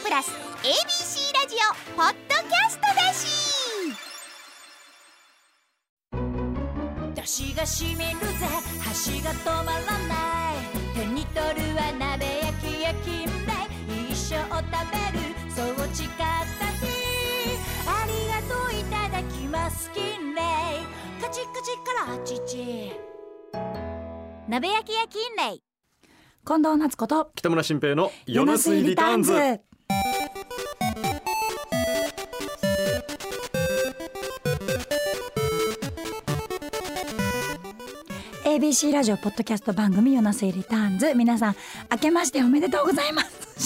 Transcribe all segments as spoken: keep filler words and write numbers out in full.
プラス エービーシー ラジオポッドキャストだし。 出汁がしみるぜ箸が止まらない手に取るは鍋焼きや金麗一生食べるそう誓った日ありがとういただきます金麗カチカチから父鍋焼きや金麗近藤夏子と北村新平の夜なすいリターンズ。 エービーシー ラジオポッドキャスト番組夜なすいリターンズ、皆さん明けましておめでとうございます。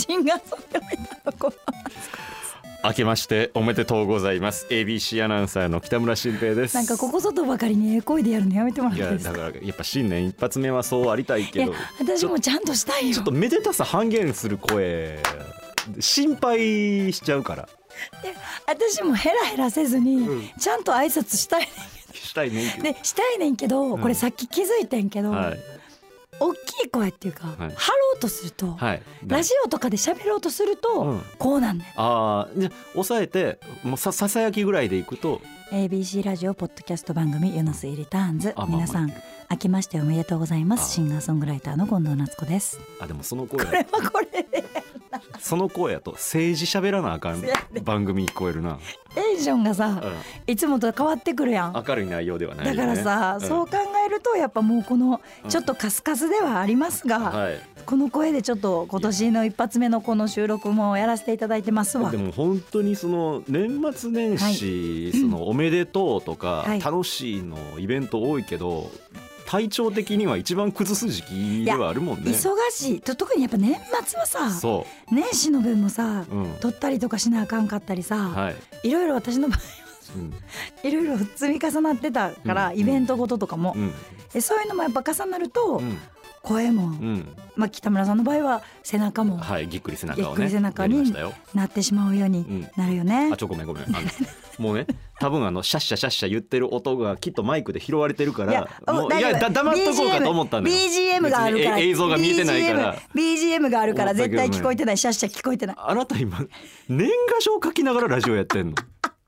シンガーソングライターのこ明けましておめでとうございます。 エービーシー アナウンサーの北村新平です。 なんかここ外ばかりにええ声でやるのやめてもらっいやていいですか。 だからやっぱ新年一発目はそうありたいけど、 いや私もちゃんとしたいよ。 ちょっとめでたさ半減する声心配しちゃうから。 で私もヘラヘラせずに、うん、ちゃんと挨拶したいねんしたいねんけどでしたいねんけど、うん、これさっき気づいてんけど、はい、大きい声っていうか、はい、張ろうとすると、はい、ラジオとかで喋ろうとすると、うん、こうなんねん。 ああ、じゃ抑えてもう さ, ささやきぐらいでいくとエービーシー ラジオポッドキャスト番組夜なすいリターンズ、皆さん明けましておめでとうございます。シンガーソングライターの近藤夏子です。 あでもその声これはこれでその声やと政治喋らなあかん番組聞こえるな。 テンションがさ、うん、いつもと変わってくるやん。 明るい内容ではない、ね、 だからさ、うん、そう考えるとやっぱもうこのちょっとカスカスではありますが、うんはい、この声でちょっと今年の一発目のこの収録もやらせていただいてますわ。 でも本当にその年末年始、はい、そのおめでとうとか、うん、楽しいのイベント多いけど、体調的には一番崩す時期ではあるもんね。 忙しいと特にやっぱ年末はさ、そう年始の分もさ、うん、取ったりとかしなあかんかったりさ、はい、いろいろ私の場合は、うん、いろいろ積み重なってたから、うん、イベントごととかも、うん、えそういうのもやっぱ重なると、うん、声も、うんまあ、北村さんの場合は背中も、 はい、ぎっくり背中をねぎっくり背中になってしまうようになるよね、 うん、あちょごめんごめんあのもうね多分あのシャッシャシャッシャ言ってる音がきっとマイクで拾われてるから、いやもういやだ黙っとこうかと思ったんだよ。 ビージーエム があるから映像が見えてないからビージーエム があるから絶対聞こえてない。シャッシャ聞こえてない。 あなた今年賀状書きながらラジオやってんの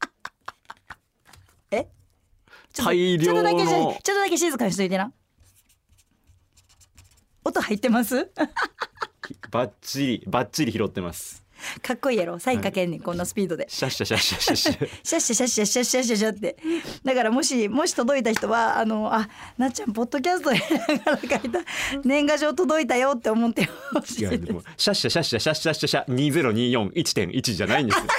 え大量のちょっとだけちょっとだけ静かにしといてな。音入ってますバッチリバッチリ拾ってます。 かっこいいやろサインかけんねん、はい、こんなスピードでシャッシャシャッシャシャッシャシャシャッシャシャッシャシャッシャシャシャってだからもしもし届いた人はあのあなっちゃんポッドキャストやりながら書いた年賀状届いたよって思ってほしい。 いやでもシャッシャシャッシャシャッシャシャシャ にせんにじゅうよん いってんいち じゃないんですよ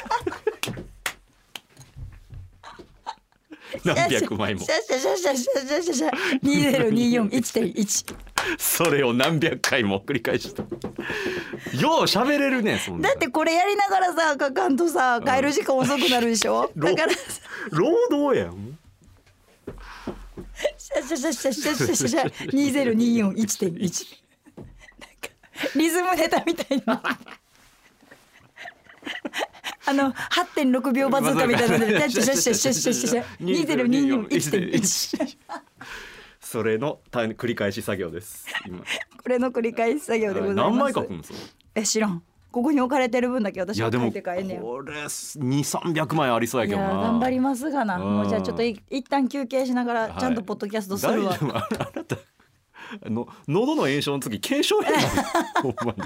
何百枚もシャッシャシャッシャシャッシャシャシャ にせんにじゅうよん いってんいちそれを何百回も繰り返した。よう喋れるねそんな。 だってこれやりながらさ書かんとさ帰る時間遅くなるでしょ、うん、だから労働やん。 シャッシャシャッシャシャッシャシャシャ にせんにじゅうよん いってんいち なんかリズムネタみたいなあの はってんろく 秒バズーカみたいなのでシャッシャシャッシャッシャッシャ にせんにじゅうよん いってんいちそれの繰り返し作業です今。これの繰り返し作業でございます。 何枚書くんですか。 え知らん。ここに置かれてる分だけ私は書いて帰んねん。 これにせんさんびゃくまいありそうやけどな。いや頑張りますがな。もうじゃあちょっとい一旦休憩しながらちゃんとポッドキャストするわ、はい、 あなたあの喉の炎症の次軽症やなほんまに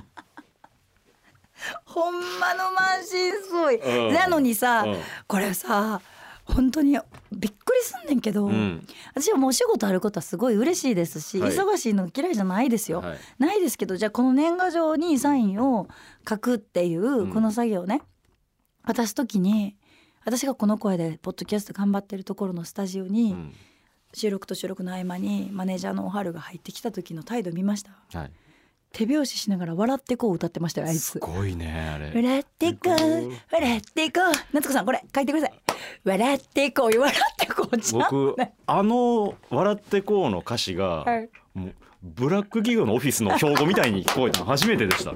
ほんまの満身創痍、うん、なのにさ、うん、これさ本当にびっくりすんねんけど、うん、私はもうお仕事あることはすごい嬉しいですし、はい、忙しいの嫌いじゃないですよ、はい、ないですけど、じゃあこの年賀状にサインを書くっていうこの作業ね、うん、渡す時に私がこの声でポッドキャスト頑張ってるところのスタジオに、うん、収録と収録の合間にマネージャーのおはるが入ってきた時の態度見ました、はい、手拍子しながら笑ってこう歌ってましたよあいつ。 すごいねあれ。 笑ってこう笑ってこう夏子さんこれ書いてください。笑ってこう笑ってこうちゃう、 僕あの笑ってこうの歌詞が、はい、もうブラック企業のオフィスの標語みたいに聞こえたの初めてでした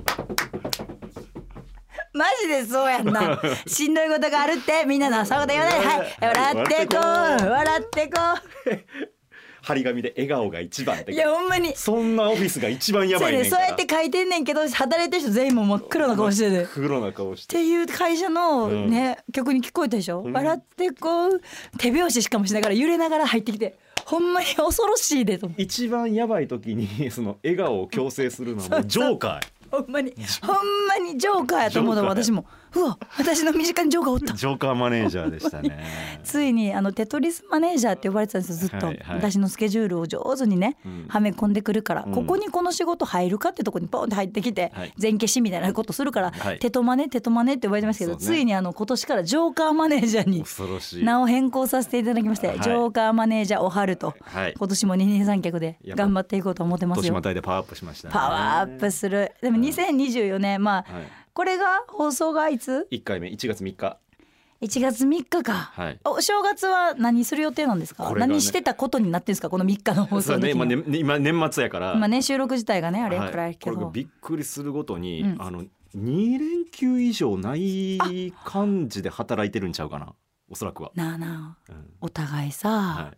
マジでそうやんなしんどいことがあるってみんなの朝ごと言わないで、はい笑ってこう笑ってこう張り紙で笑顔が一番って。 いやほんまにそんなオフィスが一番やばいねんから。 そうやって書いてんねんけど働いてる人全員も真っ黒な顔してる黒な顔して。 っていう会社のね、うん、曲に聞こえたでしょ、うん、笑ってこう手拍子しかもしながら揺れながら入ってきてほんまに恐ろしいでと思う。 一番やばい時にその笑顔を強制するのはもうジョーカーや。 ほんまにほんまにジョーカーやと思うの私もうわ私の身近にジョーカーおったジョーカーマネージャーでしたねついにあのテトリスマネージャーって呼ばれてたんですよずっと、はいはい、私のスケジュールを上手にね、うん、はめ込んでくるから、うん、ここにこの仕事入るかってとこにポンって入ってきて、はい、全消しみたいなことするから、はい、テトマネテトマネって呼ばれてますけど、ね、ついにあの今年からジョーカーマネージャーに名を変更させていただきまして、はい、ジョーカーマネージャーおはると、はい、今年も二人三脚で頑張っていこうと思ってますよ。 年またいでパワーアップしましたね。 パワーアップする。でもにせんにじゅうよねん、まあ、はい、これが放送がいついっかいめいちがつみっかいちがつみっかか、はい、お正月は何する予定なんですか、ね、何してたことになってるんですかこのみっかの放送の時、 ねまあね、今年末やから今ね収録自体がねあれやからやけど、 はい、これびっくりするごとに、うん、あのに連休以上ない感じで働いてるんちゃうかなおそらくは。 なあなあ、うん、お互いさ、はい、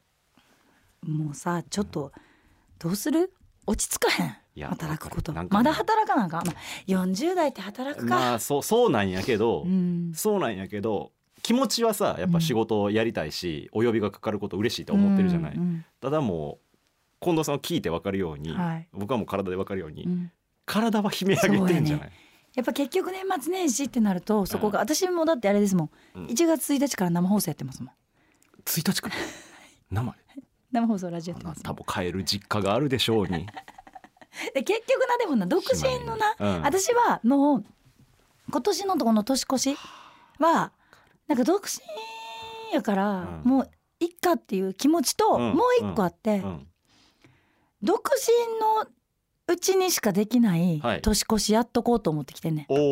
もうさちょっとどうする落ち着かへん働くこと、ね、まだ働かなんか、まあ、よんじゅう代って働くか、 まあ、そうそうなんやけど、うん、そうなんやけど気持ちはさやっぱ仕事をやりたいし、うん、お呼びがかかること嬉しいと思ってるじゃない、うんうん、ただもう近藤さんを聞いて分かるように、はい、僕はもう体で分かるように、うん、体は悲鳴上げてんじゃない、ね、 やっぱ結局年末年始ってなるとそこが、うん、私もだってあれですもん、うん、いちがつついたちから生放送やってますもん。 ついたちから生生放送ラジオやってます。 多分帰る実家があるでしょうにで結局なでもな独身のな、うん、私はもう今年のこの年越しはなんか独身やから、うん、もういっかっていう気持ちと、うん、もう一個あって、うんうん、独身のうちにしかできない年越しやっとこうと思ってきてんね、はい、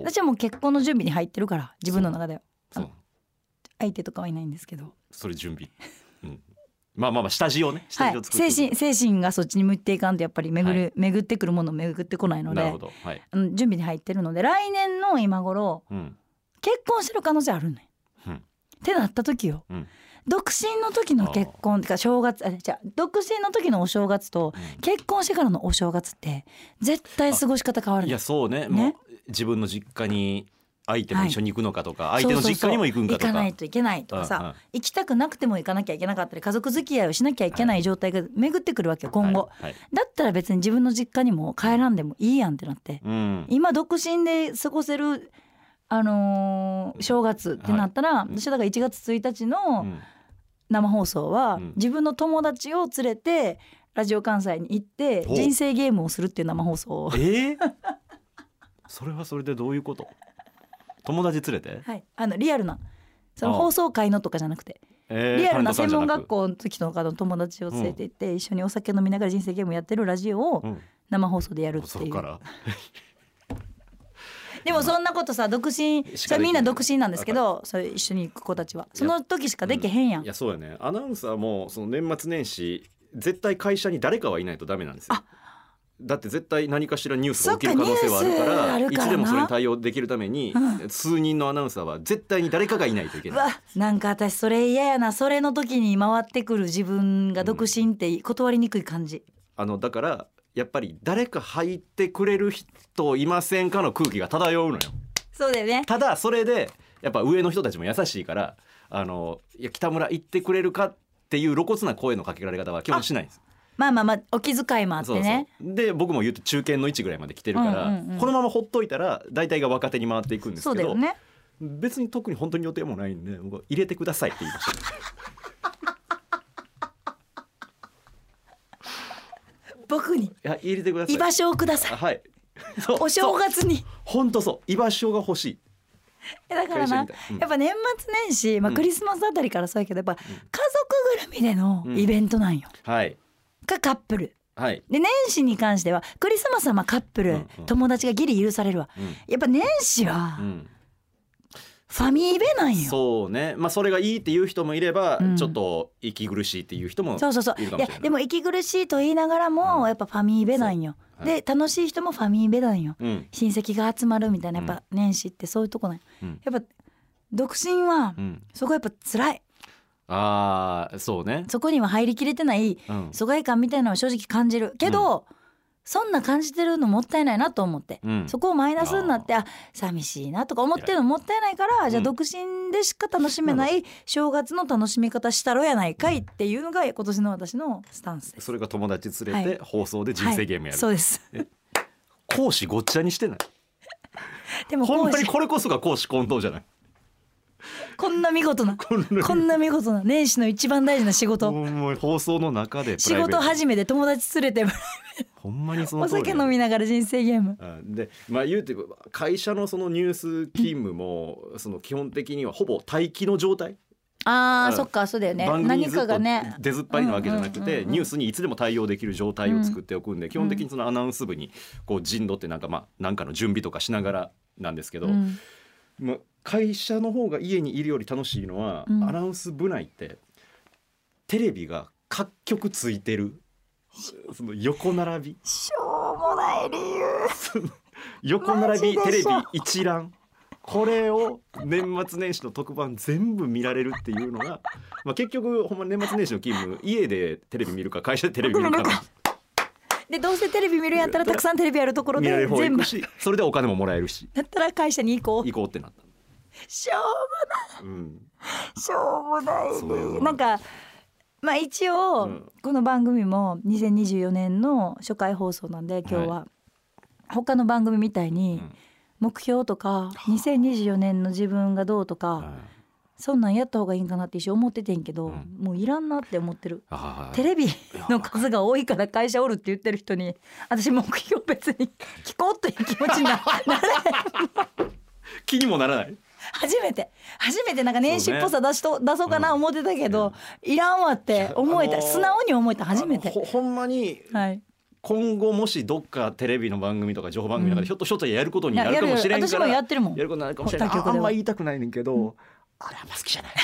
私はもう結婚の準備に入ってるから自分の中では相手とかはいないんですけどそれ準備、うんまあまあまあ下地をね下地を作って、 はい、精神精神がそっちに向っていかんとやっぱり巡る、はい、巡ってくるもの巡ってこないので、なるほど、はい、準備に入ってるので来年の今頃、うん、結婚してる可能性あるね、うん、ってなった時よ、うん、独身の時の結婚ってか正月あじゃあ独身の時のお正月と、うん、結婚してからのお正月って絶対過ごし方変わる。 いやそうね、ねもう自分の実家に相手も一緒に行くのかとか、はい、相手の実家にも行くんかとかそうそうそう行かないといけないとかさ、うんうん、行きたくなくても行かなきゃいけなかったり家族付き合いをしなきゃいけない状態が巡ってくるわけよ今後、はいはい、だったら別に自分の実家にも帰らんでもいいやんってなって、うん、今独身で過ごせる、あのー、正月ってなったら、はい、私はだからいちがつついたちの生放送は、うん、自分の友達を連れてラジオ関西に行って人生ゲームをするっていう生放送を、 えー、それはそれでどういうこと友達連れて、 はい、あのリアルなその放送会のとかじゃなくて、えー、リアルな専門学校の時とかの友達を連れて行って、うん、一緒にお酒飲みながら人生ゲームやってるラジオを生放送でやるっていう、うん、からでもそんなことさ独身それみんな独身なんですけどそれ一緒に行く子たちはその時しかできへんやん。 いやそうやねアナウンサーもその年末年始絶対会社に誰かはいないとダメなんですよ。あだって絶対何かしらニュースが起きる可能性はあるからいつでもそれに対応できるために、うん、数人のアナウンサーは絶対に誰かがいないといけない。 わなんか私それ嫌やな。それの時に回ってくる自分が独身って断りにくい感じ、うん、 あのだからやっぱり誰か入ってくれる人いませんかの空気が漂うのよ。 そうだよね。 ただそれでやっぱ上の人たちも優しいからあのいや北村行ってくれるかっていう露骨な声のかけられ方は基本しないんです。 まあまあまあお気遣いもあってね。 そうそうで僕も言うと中堅の位置ぐらいまで来てるから、うんうんうん、このままほっといたら大体が若手に回っていくんですけど、そうだよね、別に特に本当に予定もないんで僕入れてくださいって言いました僕にいや入れてください居場所をください、 はい、 お正月に本当そう居場所が欲しい。 だからな、うん、やっぱ年末年始、まあ、クリスマスあたりからそうやけどやっぱ家族ぐるみでのイベントなんよ、うん、はいかカップル、はい、で年始に関してはクリスマスはまあカップル、うんうん、友達がギリ許されるわ、うん、やっぱ年始は、うん、ファミーベなんよ。 そうね、まあ、それがいいっていう人もいれば、うん、ちょっと息苦しいっていう人もいるかもしれない。そうそうそういやでも息苦しいと言いながらも、うん、やっぱファミーベなんよ、はい、で楽しい人もファミーベなんよ、うん、親戚が集まるみたいなやっぱ年始ってそういうとこなんよ、うん、やっぱ独身は、うん、そこやっぱ辛い。 ああそうね。 そこには入りきれてない疎外感みたいなのは正直感じるけど、うん、そんな感じてるのもったいないなと思って、うん、そこをマイナスになってあ寂しいなとか思ってるのもったいないから、じゃあ独身でしか楽しめない正月の楽しみ方したろやないかいっていうのが今年の私のスタンスです。 それが友達連れて放送で人生ゲームやる、 はいはい、そうです。 講師ごっちゃにしてないでもほんまにこれこそが講師混同じゃない。 こんな見事なこんな見事な年始の一番大事な仕事、 もう放送の中で仕事始めて友達連れてほんまにその通り、 お酒飲みながら人生ゲームで、まあ、言うて会社のそのニュース勤務もその基本的にはほぼ待機の状態。 あーそっかそうだよね。 番組にずっと何かがね出ずっぱりなわけじゃなくて、ニュースにいつでも対応できる状態を作っておくんで、基本的にそのアナウンス部にこう陣取ってなんかまあなんかの準備とかしながらなんですけど、うんまあ、会社の方が家にいるより楽しいのは、うん、アナウンス部内ってテレビが各局ついてるその横並びしょうもない理由横並びテレビ一覧これを年末年始の特番全部見られるっていうのが、まあ、結局ほんま年末年始の勤務家でテレビ見るか会社でテレビ見るかでどうせテレビ見るんやったらたくさんテレビあるところで全部それでお金ももらえるしだったら会社に行こう行こうってなったしょうもない、うん、しょうもないね。なんかまあ一応この番組もにせんにじゅうよねんの初回放送なんで今日は他の番組みたいに目標とかにせんにじゅうよねんの自分がどうとかそんなんやった方がいいんかなって一瞬思っててんけど、もういらんなって思ってる。テレビの数が多いから会社おるって言ってる人に私目標別に聞こうという気持ちになれ気にもならない。 初めて初めてなんか年始っぽさ出しと、ね、出そうかな思ってたけど、うん、いらんわって思えた、素直に思えた初めてほ, ほんまに、はい、今後もしどっかテレビの番組とか情報番組とかでひょっとひょっとやることになるかもしれんから、 私もやってるもんやることになるかもしれない。あんま言いたくないねんけど、うん、あれあんま好きじゃない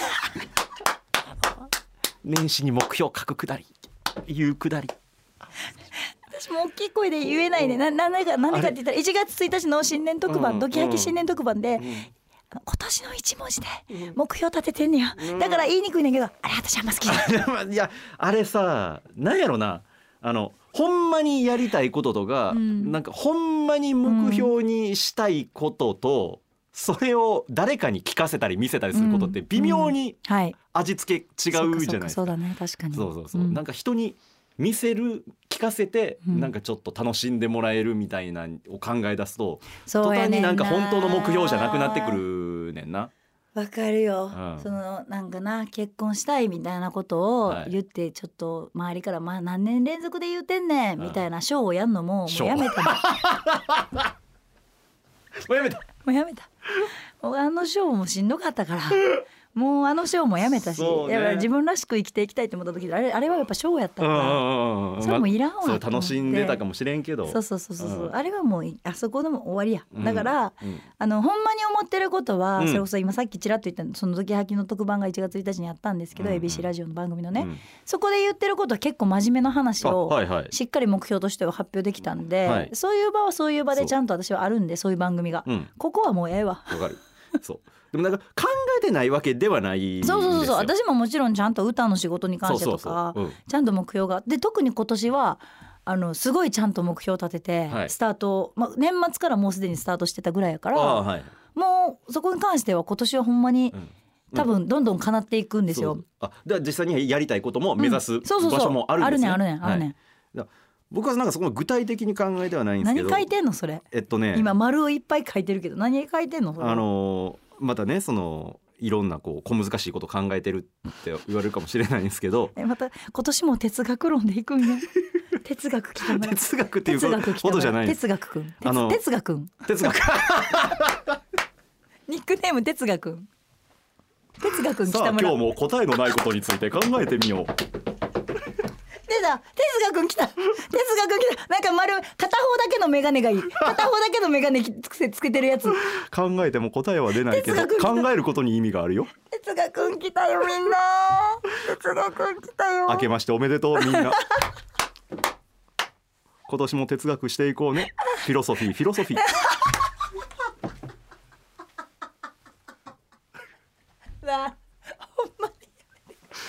年始に目標書くくだり言うくだり私も大きい声で言えないで、な何か何かって言ったらいちがつついたちの新年特番、ドキハキ新年特番で、うんうん、今年の一文字で目標立ててんねや、うん、だから言いにくいねんけど、あれ私あんま好きじゃないいやあれさなんやろな、あのほんまにやりたいこととか、うん、なんかほんまに目標にしたいことと、うん、それを誰かに聞かせたり見せたりすることって微妙に味付け違うじゃないですか。 そうだね、確かに。 そうそうそう、うん、なんか人に見せる聞かせて、うん、なんかちょっと楽しんでもらえるみたいなを考え出すと、途端になんか本当の目標じゃなくなってくるねんな。 わかるよ、うん、そのなんかな結婚したいみたいなことを言って、はい、ちょっと周りからまあ何年連続で言うてんねんみたいなショーをやんのももうやめたもうやめたもうやめたもうあのショーもしんどかったからもうあのショーもやめたし、ね、やっぱ自分らしく生きていきたいと思った時あれ、あれはやっぱショーやったから、うんうん、それもいらんわ、まそう楽しんでたかもしれんけど、 そうそうそうそう、うん、あれはもうあそこでも終わりや、だから、うん、あのほんまに思ってることは、うん、それこそ今さっきちらっと言ったそのドキハキの特番がいちがつついたちにやったんですけど、うんうん、エービーシー ラジオの番組のね、うん、そこで言ってることは結構真面目な話を、はいはい、しっかり目標としては発表できたんで、はい、そういう場はそういう場でちゃんと私はあるんで、そういう番組が、うん、ここはもうええわ。 わかるそうでもなんか考えてないわけではないんですよ。 そうそうそう、私ももちろんちゃんと歌の仕事に関してとかちゃんと目標がで、特に今年はあのすごいちゃんと目標を立てて、はい、スタート、まあ、年末からもうすでにスタートしてたぐらいやから、はい、もうそこに関しては今年はほんまに、うん多分どんどん叶っていくんですよ、うん、 あで実際にやりたいことも目指す場所もあるんですよ、 あるねんあるねんあるねん、 はい、僕はなんかそこ具体的に考えてはないんですけど。 何書いてんのそれ。 えっとね今丸をいっぱい書いてるけど何書いてんのそれ。 あのまたねそのいろんなこう小難しいこと考えてるって言われるかもしれないんですけどえまた今年も哲学論でいくんや哲学北村哲学っていうことじゃない哲学くんあの哲学くん哲学ニックネーム哲学くん哲学くん北村。 さあ今日も答えのないことについて考えてみようでさ哲学くん来た哲学くん来た。なんか丸片方だけのメガネがいい片方だけのメガネつけつけてるやつ考えても答えは出ないけど考えることに意味があるよ。 哲学くん来たよみんな哲学くん来たよ。 明けましておめでとうみんな今年も哲学していこうね。フィロソフィーフィロソフィーなあほんまに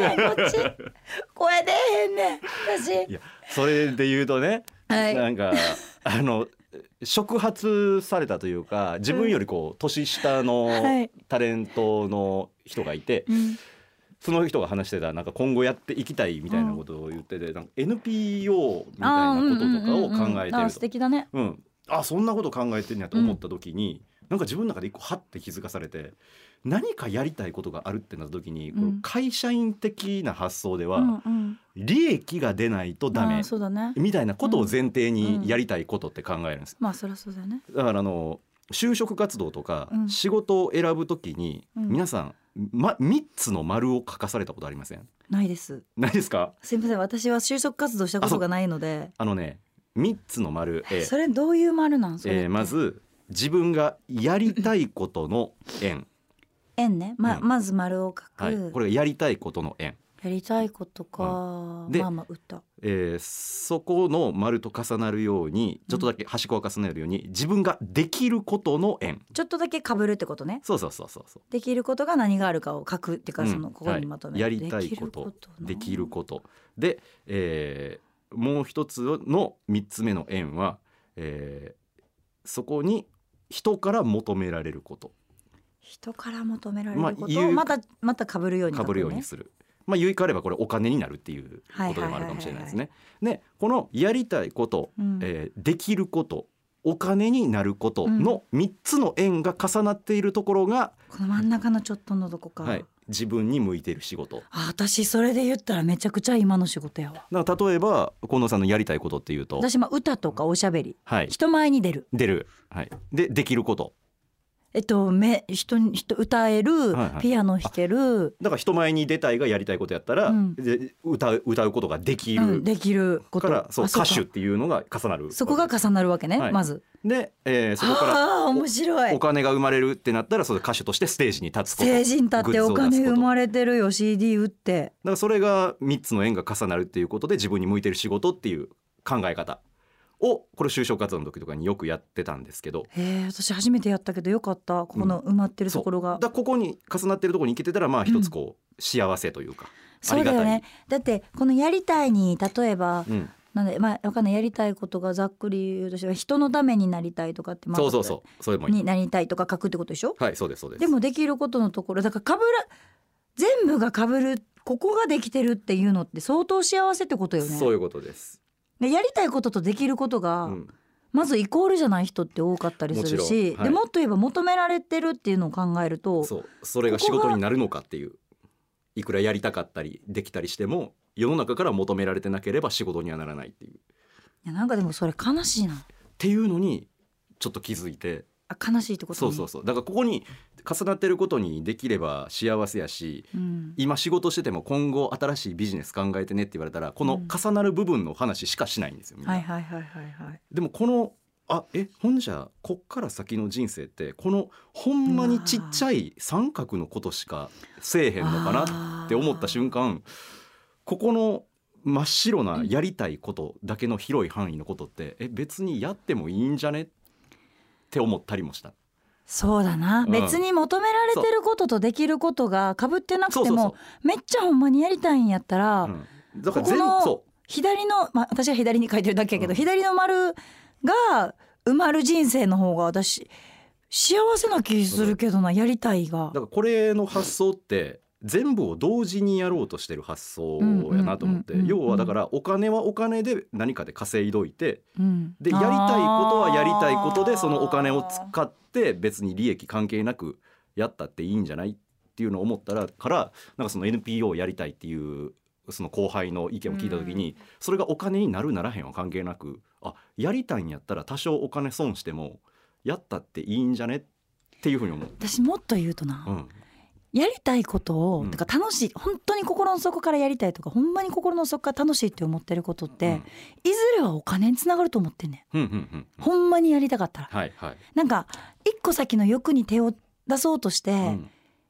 ねんこっち声出えへんねん私。 いやそれで言うとね、はい、なんかあの触発されたというか自分よりこう年下のタレントの人がいて、うん、その人が話してたなんか今後やっていきたいみたいなことを言ってて、なんか エヌピーオー みたいなこととかを考えてると、 あ、素敵だね、 うん、あそんなこと考えてんやと思った時に、うん、なんか自分の中で一個ハッて気づかされて、何かやりたいことがあるってなった時に、うん、この会社員的な発想では、うんうん、利益が出ないとダメ、 そうだね、 みたいなことを前提にやりたいことって考えるんです、 うんうん、まあそりゃそうだね。 だからあの就職活動とか仕事を選ぶときに、うん、皆さん、ま、みっつの丸を書かされたことありません？ ないです。 ないですか？ すいません、私は就職活動したことがないので。 あのねみっつの丸、えー、 それどういう丸なん？それ、 えー、まず自分がやりたいことの円円ね、ま、うん、まず丸を書く、 はい、これがやりたいことの円、 やりたいことか、うん、で、まあまあ歌、 えー、そこの丸と重なるようにちょっとだけ端っこが重なるように、うん、自分ができることの円、 ちょっとだけ被るってことね。 そうそうそうそうそう、 できることが何があるかを書くっていうか、そのここにまとめる、 はい、やりたいことできることで、えー、もう一つのみっつめの円は、えー、そこに人から求められること、 人から求められることをまたまた被るように書くね、 被るようにする。まあ、言い換えればこれお金になるっていうことでもあるかもしれないですね。でこのやりたいこと、うん、えー、できること、お金になることのみっつの円が重なっているところが、 うん、この真ん中のちょっとのどこか、 はい、自分に向いている仕事。 あ、私それで言ったらめちゃくちゃ今の仕事やわ。 だから例えば近藤さんのやりたいことっていうと、 私まあ歌とかおしゃべり、 はい、 人前に出る出る、はい、でできること、 えっと、め 人, 人歌える、はいはい、ピアノ弾ける。 だから人前に出たいがやりたいことやったら、うん、で 歌, う歌うことができる、うん、 できることからそう歌手っていうのが重なる、 そこが重なるわけね、はい、まずで、えー、そこから面白いお, お金が生まれるってなったらそれ歌手としてステージに立つこと、 ステージに立ってお金生まれてるよ、 シーディー 売って。 だからそれがみっつの円が重なるっていうことで自分に向いてる仕事っていう考え方を、これ就職活動の時とかによくやってたんですけど、 へー、私初めてやったけどよかった、ここの埋まってるところが、 うん、だここに重なってるところに行けてたらまあ一つこう、うん、幸せというかそうだよね。だってこのやりたいに例えば、うん、なんでまあわかんない、やりたいことがざっくり言うとしては人のためになりたいとかって、まあ、 そうそうそうそれもいいになりたいとか書くってことでしょ。 はい、そうですそうです。 でもできることのところだからかぶら全部がかぶる、ここができてるっていうのって相当幸せってことよね。 そういうことです。 でやりたいこととできることが、うん、まずイコールじゃない人って多かったりするし、も、はい、でもっと言えば求められてるっていうのを考えると、 そう、それが仕事になるのかっていう、いくらやりたかったりできたりしても世の中から求められてなければ仕事にはならないっていう。いやなんかでもそれ悲しいなっていうのにちょっと気づいて、 あ、悲しいってことね。 そうそうそう、だからここに重なってることにできれば幸せやし、うん、今仕事してても今後新しいビジネス考えてねって言われたらこの重なる部分の話しかしないんですよ、みんな。 はいはいはいはいはい。 でもこのあえほんじゃこっから先の人生ってこのほんまにちっちゃい三角のことしかせえへんのかなって思った瞬間、ここの真っ白なやりたいことだけの広い範囲のことってえ別にやってもいいんじゃねって思ったりもした。 そうだな、うん、別に求められてることとできることが被ってなくても、そうそうそう、めっちゃほんまにやりたいんやったら、うん、だから全ここの左の、まあ、私は左に書いてるだけやけど、うん、左の丸が埋まる人生の方が私幸せな気するけどな、やりたいが。だからこれの発想って全部を同時にやろうとしてる発想やなと思って、要はだからお金はお金で何かで稼いどいて、うん、でやりたいことはやりたいことでそのお金を使って別に利益関係なくやったっていいんじゃないっていうのを思ったらからなんかその エヌピーオー をやりたいっていうその後輩の意見を聞いた時に、うん、それがお金になるならへんは関係なく、あやりたいんやったら多少お金損してもやったっていいんじゃねっていうふうに思う。 私もっと言うとな、うん、やりたいことを、うん、だから楽しい、本当に心の底からやりたいとかほんまに心の底から楽しいって思ってることって、うん、いずれはお金につながると思ってんねん、うんうんうんうん、ほんまにやりたかったら、はいはい、なんか一個先の欲に手を出そうとして、うん、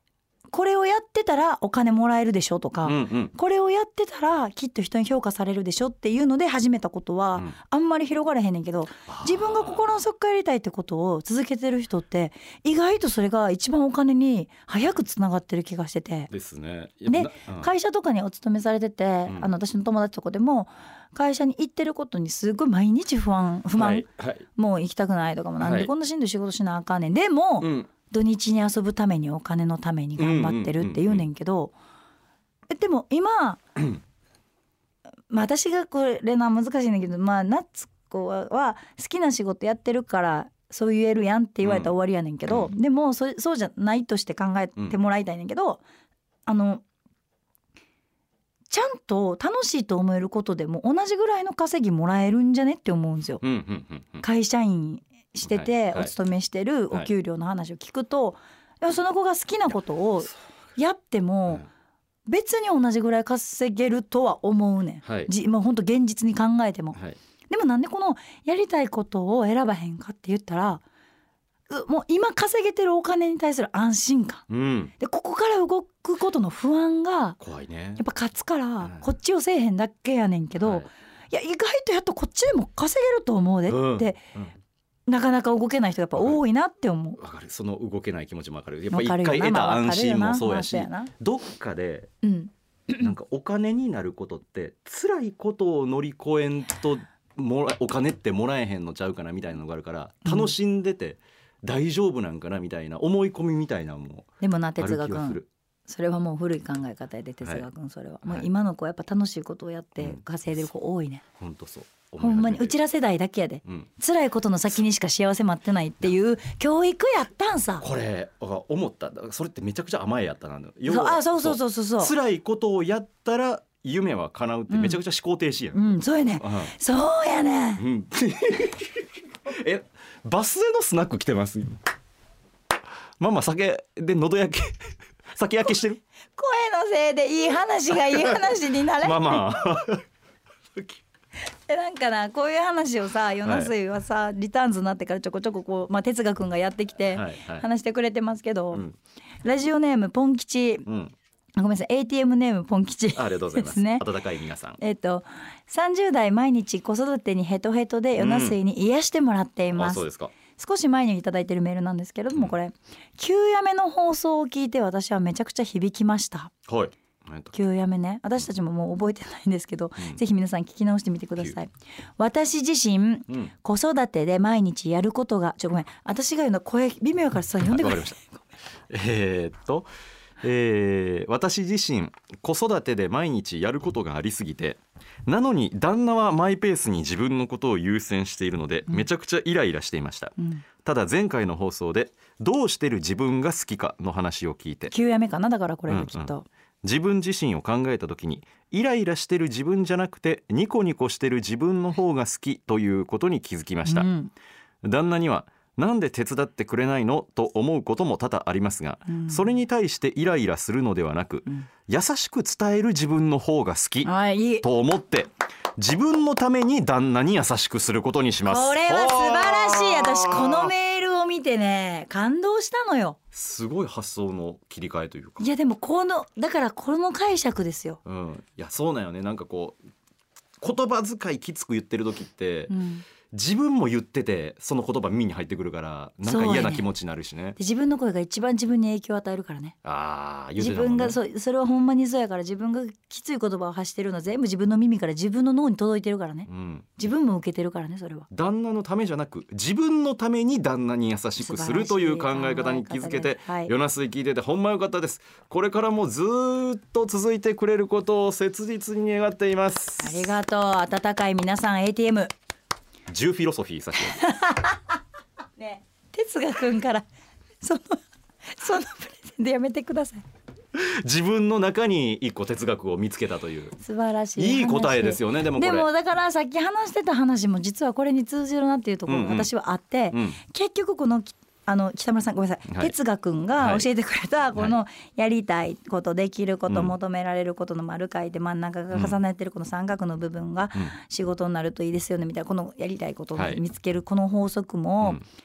これをやってたらお金もらえるでしょとか、 うんうん、 これをやってたらきっと人に評価されるでしょっていうので始めたことは、うん、あんまり広がれへんねんけど、自分が心の底からやりたいってことを続けてる人って意外とそれが一番お金に早くつながってる気がしててですね。 で、うん、会社とかにお勤めされてて、うん、あの私の友達とかでも会社に行ってることにすごい毎日不安不満、はいはい、もう行きたくないとかもなんでこんなしんどい仕事しなあかんねん、でも、うん、土日に遊ぶためにお金のために頑張ってるって言うねんけど、でも今まあ私がこれな難しいんだけど、まあ夏子は好きな仕事やってるからそう言えるやんって言われたら終わりやねんけど、うん、でも そ, そうじゃないとして考えてもらいたいねんけど、うん、あのちゃんと楽しいと思えることでも同じぐらいの稼ぎもらえるんじゃねって思うんですよ、うんうんうんうん、会社員しててお勤めしてるお給料の話を聞くと、はいはい、その子が好きなことをやっても別に同じぐらい稼げるとは思うねん、はい、じもう本当現実に考えても、はい、でもなんでこのやりたいことを選ばへんかって言ったら、もう今稼げてるお金に対する安心感、うん、でここから動くことの不安が怖いね、 やっぱ勝つからこっちをせえへんだけやねんけど、はい、いや意外とやっとこっちでも稼げると思うでって、うんうん、なかなか動けない人がやっぱ多いなって思う。 わかる、その動けない気持ちもわかる。やっぱ一回得た安心もそうやし、どっかで、うん、なんかお金になることって辛いことを乗り越えんともらお金ってもらえへんのちゃうかなみたいなのがあるから、楽しんでて大丈夫なんかなみたいな思い込みみたいなのもでもな、哲学君それはもう古い考え方で、哲学君それは、はい、もう今の子やっぱ楽しいことをやって稼いでる子多いね、 うん、ほんとそう、 ほんまにうちら世代だけやで、うん、辛いことの先にしか幸せ待ってないっていう教育やったんさ。 これ思った、それってめちゃくちゃ甘いやったな。 そう、あ、そうそうそうそうそう、 辛いことをやったら夢は叶うってめちゃくちゃ思考停止やん、 うんうん、そうやね、そうやね、うん、 え、バスへのスナック来てます。ママ酒で喉焼け酒焼けしてる。 声のせいでいい話がいい話になれママえ、なんかな、こういう話をさ、ヨナスイはさ、はい、リターンズになってからちょこちょここう、まあ、哲学くんがやってきて話してくれてますけど、はいはい、ラジオネームポン吉、うん、ごめんなさい エーティーエム ネームポン吉、 ありがとうございます、ね、温かい皆さん、 えーと、さんじゅう代毎日子育てにヘトヘトでヨナスイに癒してもらっています、うん、あ、そうですか。少し前にいただいてるメールなんですけれども、うん、これ休やめの放送を聞いて私はめちゃくちゃ響きました。はい、休やめね、私たちももう覚えてないんですけど、うん、ぜひ皆さん聞き直してみてください。私自身、うん、子育てで毎日やることが、ちょごめん、私が言うの声微妙やからさ、読んでくれ。わかりました。 えー、っとえー、私自身子育てで毎日やることがありすぎて、なのに旦那はマイペースに自分のことを優先しているので、うん、めちゃくちゃイライラしていました、うん、ただ前回の放送でどうしてる自分が好きかの話を聞いて、 休やめかな、だからこれがきっと、うんうん、 自分自身を考えた時にイライラしてる自分じゃなくてニコニコしてる自分の方が好きということに気づきました、うん、旦那にはなんで手伝ってくれないのと思うことも多々ありますが、うん、それに対してイライラするのではなく、うん、優しく伝える自分の方が好きと思って自分のために旦那に優しくすることにします。 これは素晴らしい。私このメールを見てね感動したのよ。 すごい発想の切り替えというか、 いやでもこのだからこの解釈ですよ、 うん、いやそうなんよね。なんかこう言葉遣いきつく言ってる時って、うん、自分も言っててその言葉耳に入ってくるからなんか嫌な気持ちになるし ね, ね自分の声が一番自分に影響を与えるからね。 あ、 言ってたもんね。自分が そ, それはほんまにそうやから、自分がきつい言葉を発してるのは全部自分の耳から自分の脳に届いてるからね、うん、自分も受けてるからね。それは旦那のためじゃなく自分のために旦那に優しくするという考え方に気づけて、夜なすい聞いててほんまよかったです。これからもずっと続いてくれることを切実に願っています。 ありがとう。温かい皆さん エーティーエムジューフィロソフィーさしね、哲学くんからそのそのプレゼンでやめてください。 自分の中に一個哲学を見つけたという素晴らしいいい答えですよね。でもこれでもだからさっき話してた話も実はこれに通じるなっていうところが私はあって、うんうん、結局このあの北村さんごめんなさい、はい、哲学くんが教えてくれたこのやりたいことできること、はい、求められることの丸書いて真ん中が重なってるこの三角の部分が仕事になるといいですよねみたいな、このやりたいことを見つけるこの法則も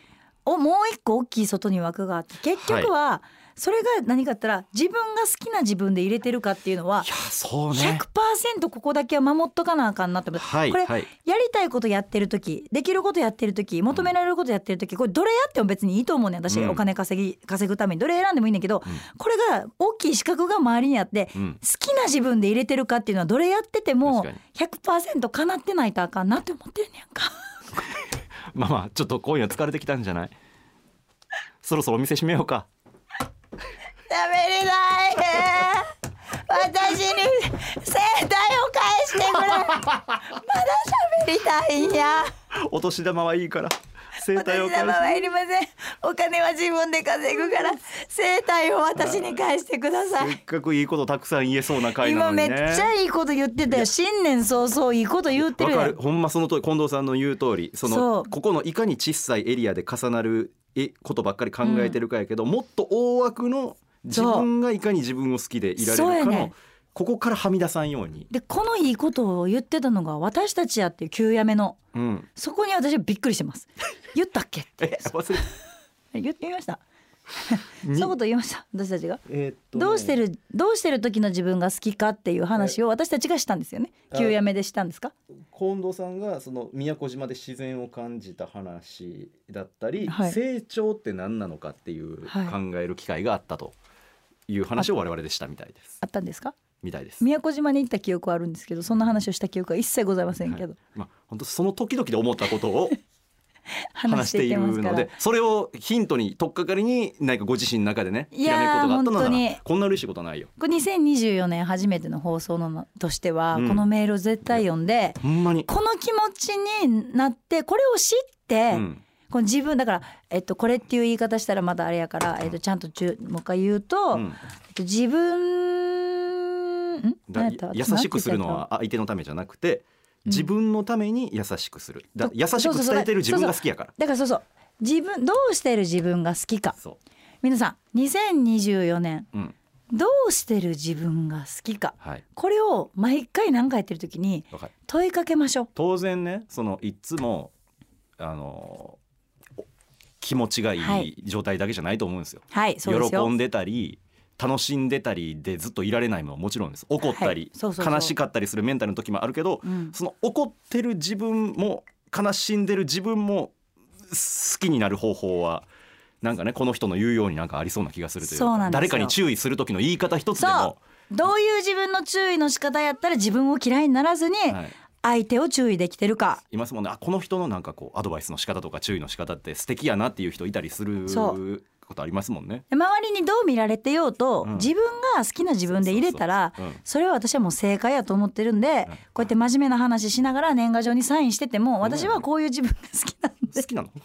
おもう一個大きい外に枠があって、結局はそれが何かって言ったら、自分が好きな自分で入れてるかっていうのは、 いやそうねひゃくパーセント ここだけは守っとかなあかんなって思って、 はいこれ、 はい、 やりたいことやってる時、できることやってる時、求められることやってる時、これどれやっても別にいいと思うねん私、うん、お金稼ぎ稼ぐためにどれ選んでもいいんだけど、うん、これが大きい資格が周りにあって、うん、好きな自分で入れてるかっていうのはどれやってても ひゃくパーセント 叶ってないとあかんなって思ってんねやんかまあまあちょっと今夜疲れてきたんじゃない？そろそろお店閉めようか。 喋れない私に声帯を返してくれまだ喋りたいんや。 お年玉はいいから声帯を返して。お年玉はいりません。お金は自分で稼ぐから声帯を私に返してください。 せっかくいいことたくさん言えそうな回なのにね。 今めっちゃいいこと言ってたよ。新年早々いいこと言ってるやん。 わかる、ほんまその通り、近藤さんの言う通り、そのここのいかに小さいエリアで重なることばっかり考えてるかやけど、うん、もっと大枠の自分がいかに自分を好きでいられるかの、ね、ここからはみ出さんように。でこのいいことを言ってたのが私たちやっていう急やめの、うん、そこに私はびっくりしてます言ったっけってえ忘れ言ってみましたそういうこと言いました私たちが、 えーっとね、 どうしてるどうしてる時の自分が好きかっていう話を私たちがしたんですよね。急やめでしたんですか？ 近藤さんがその宮古島で自然を感じた話だったり、 はい、 成長って何なのかっていう考える機会があったという話を我々でしたみたいです。 あったんですか？ みたいです。 宮古島に行った記憶はあるんですけど、そんな話をした記憶は一切ございませんけど、はい、 まあ、本当その時々で思ったことを話しているので、それをヒントに取っかかりに何かご自身の中でね、ひらめくことがあったのならこんな嬉しいことはないよ。 これにせんにじゅうよねん初めての放送のとしては、うん、このメールを絶対読んで、 ほんまにこの気持ちになって、これを知って、うん、この自分だから、えっと、これっていう言い方したらまだあれやから、えっと、ちゃんとちゅもう一回言うと、うん、えっと、自分んだ優しくするのは相手のためじゃなくて、自分のために優しくする、だ優しく伝えてる自分が好きやから。 だからそうそう、自分どうしてる自分が好きか。そう皆さんにせんにじゅうよねん、うん、どうしてる自分が好きか、はい、これを毎回何かやってる時に問いかけましょう。 当然ね、そのいつもあの気持ちがいい状態だけじゃないと思うんですよ、 はい、そうですよ。 喜んでたり楽しんでたりでずっといられないのはもちろんです。怒ったり、はい、そうそうそう、悲しかったりするメンタルの時もあるけど、うん、その怒ってる自分も悲しんでる自分も好きになる方法はなんかね、この人の言うようになんかありそうな気がするというか、そうなんですよ。誰かに注意する時の言い方一つでも、 どういう自分の注意の仕方やったら自分を嫌いにならずに相手を注意できてるか、はい、 いますもんね。あ、この人のなんかこうアドバイスの仕方とか注意の仕方って素敵やなっていう人いたりすることありますもんね。 周りにどう見られてようと、うん、自分が好きな自分で入れたら、そうそうそう、うん、それは私はもう正解やと思ってるんで、うん、こうやって真面目な話しながら年賀状にサインしてても、私はこういう自分が好きなんで。 好きなの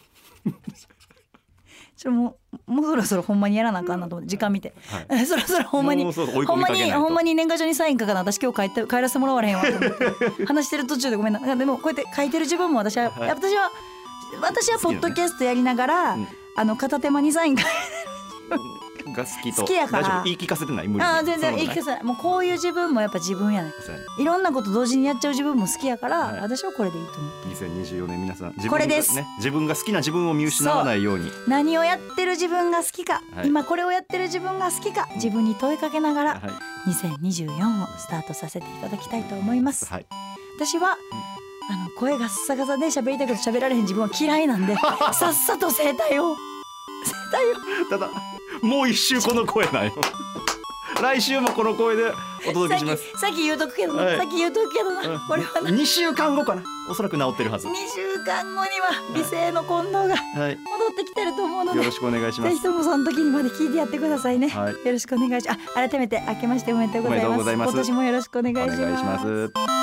ちょもう、もうそろそろほんまにやらなあかんなと思って時間見て、はい、そろそろほんまにほんまにほんまに年賀状にサイン書かな、私今日帰って帰らせてもらわれへんわと思って話してる途中でごめんな。でもこうやって書いてる自分も私は、はい、私は私はポッドキャストやりながら、ね、うん、あの片手間にサイン書いてるが好きと。 好きやから。 大丈夫、言い聞かせてない？無理。 あ、全然言い聞かせない。もうこういう自分もやっぱ自分やね。いろんなこと同時にやっちゃう自分も好きやから、はい、私はこれでいいと思う。 にせんにじゅうよねん皆さん自分が、ね、 これです、 自分が好きな自分を見失わないように、 何をやってる自分が好きか、はい、今これをやってる自分が好きか、自分に問いかけながら、はい、にせんにじゅうよんをスタートさせていただきたいと思います、はい、私は、うん、あの声がッサガサで喋りたいけど喋られへん自分は嫌いなんでさっさと声帯を声帯をただもう一周この声なんよ来週もこの声でお届けします。 さっき言うとくけどな、はい、さっき言うとくけどな、うん、これはなにしゅうかんごかな、おそらく治ってるはず。 にしゅうかんごには美声の近藤が戻ってきてると思うので、 よろしくお願いします。 ぜひともその時にまで聞いてやってくださいね、はい、よろしくお願いします。あ、改めて明けましておめでとうございます。 おめでとうございます。 今年もよろしくお願いします。 お願いします。